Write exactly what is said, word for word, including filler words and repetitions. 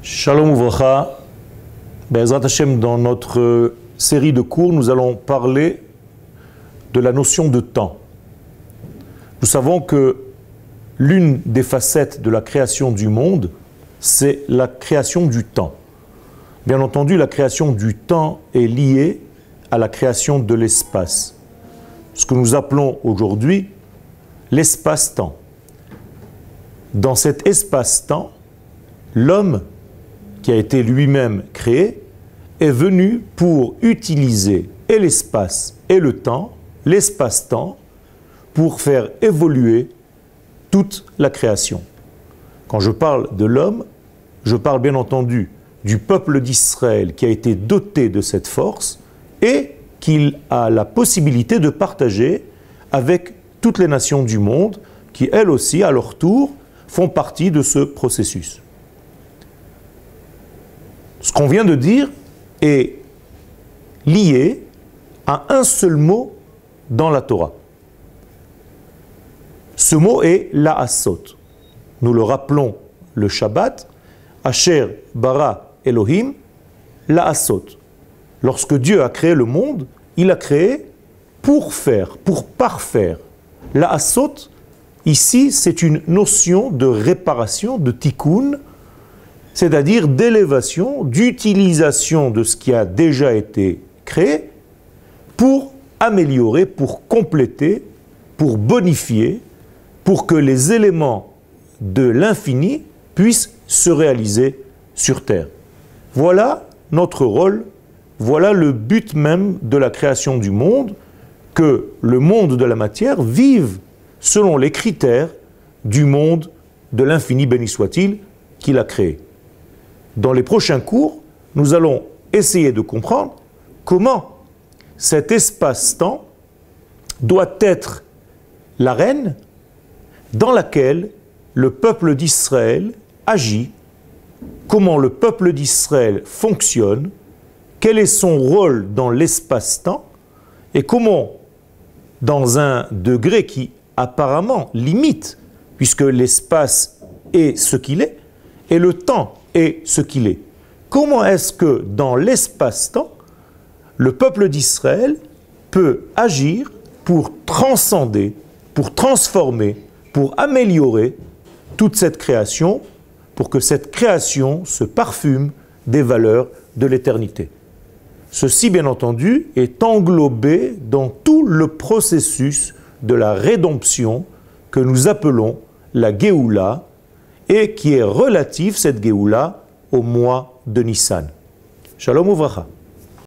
Shalom Uvracha, Be'ezrat Hashem, dans notre série de cours, nous allons parler de la notion de temps. Nous savons que l'une des facettes de la création du monde, c'est la création du temps. Bien entendu, la création du temps est liée à la création de l'espace. Ce que nous appelons aujourd'hui l'espace-temps. Dans cet espace-temps, l'homme qui a été lui-même créé est venu pour utiliser et l'espace et le temps, l'espace-temps, pour faire évoluer toute la création. Quand je parle de l'homme, je parle bien entendu du peuple d'Israël qui a été doté de cette force et qu'il a la possibilité de partager avec toutes les nations du monde qui, elles aussi, à leur tour, font partie de ce processus. Ce qu'on vient de dire est lié à un seul mot dans la Torah. Ce mot est la'asot. Nous le rappelons le Shabbat, Asher bara Elohim la'asot. Lorsque Dieu a créé le monde, il a créé pour faire, pour parfaire. La'asot, ici, c'est une notion de réparation, de tikkun, c'est-à-dire d'élévation, d'utilisation de ce qui a déjà été créé pour améliorer, pour compléter, pour bonifier, pour que les éléments de l'infini puissent se réaliser sur Terre. Voilà notre rôle, voilà le but même de la création du monde, que le monde de la matière vive selon les critères du monde de l'infini, béni soit-il, qu'il a créé. Dans les prochains cours, nous allons essayer de comprendre comment cet espace-temps doit être l'arène dans laquelle le peuple d'Israël agit, comment le peuple d'Israël fonctionne, quel est son rôle dans l'espace-temps et comment, dans un degré qui apparemment limite, puisque l'espace est ce qu'il est, et le temps est ce qu'il est. Comment est-ce que dans l'espace-temps, le peuple d'Israël peut agir pour transcender, pour transformer, pour améliorer toute cette création, pour que cette création se parfume des valeurs de l'éternité. Ceci, bien entendu, est englobé dans tout le processus de la rédemption que nous appelons la Géoula, et qui est relative, cette Géoula, au mois de Nissan. Shalom Uvracha.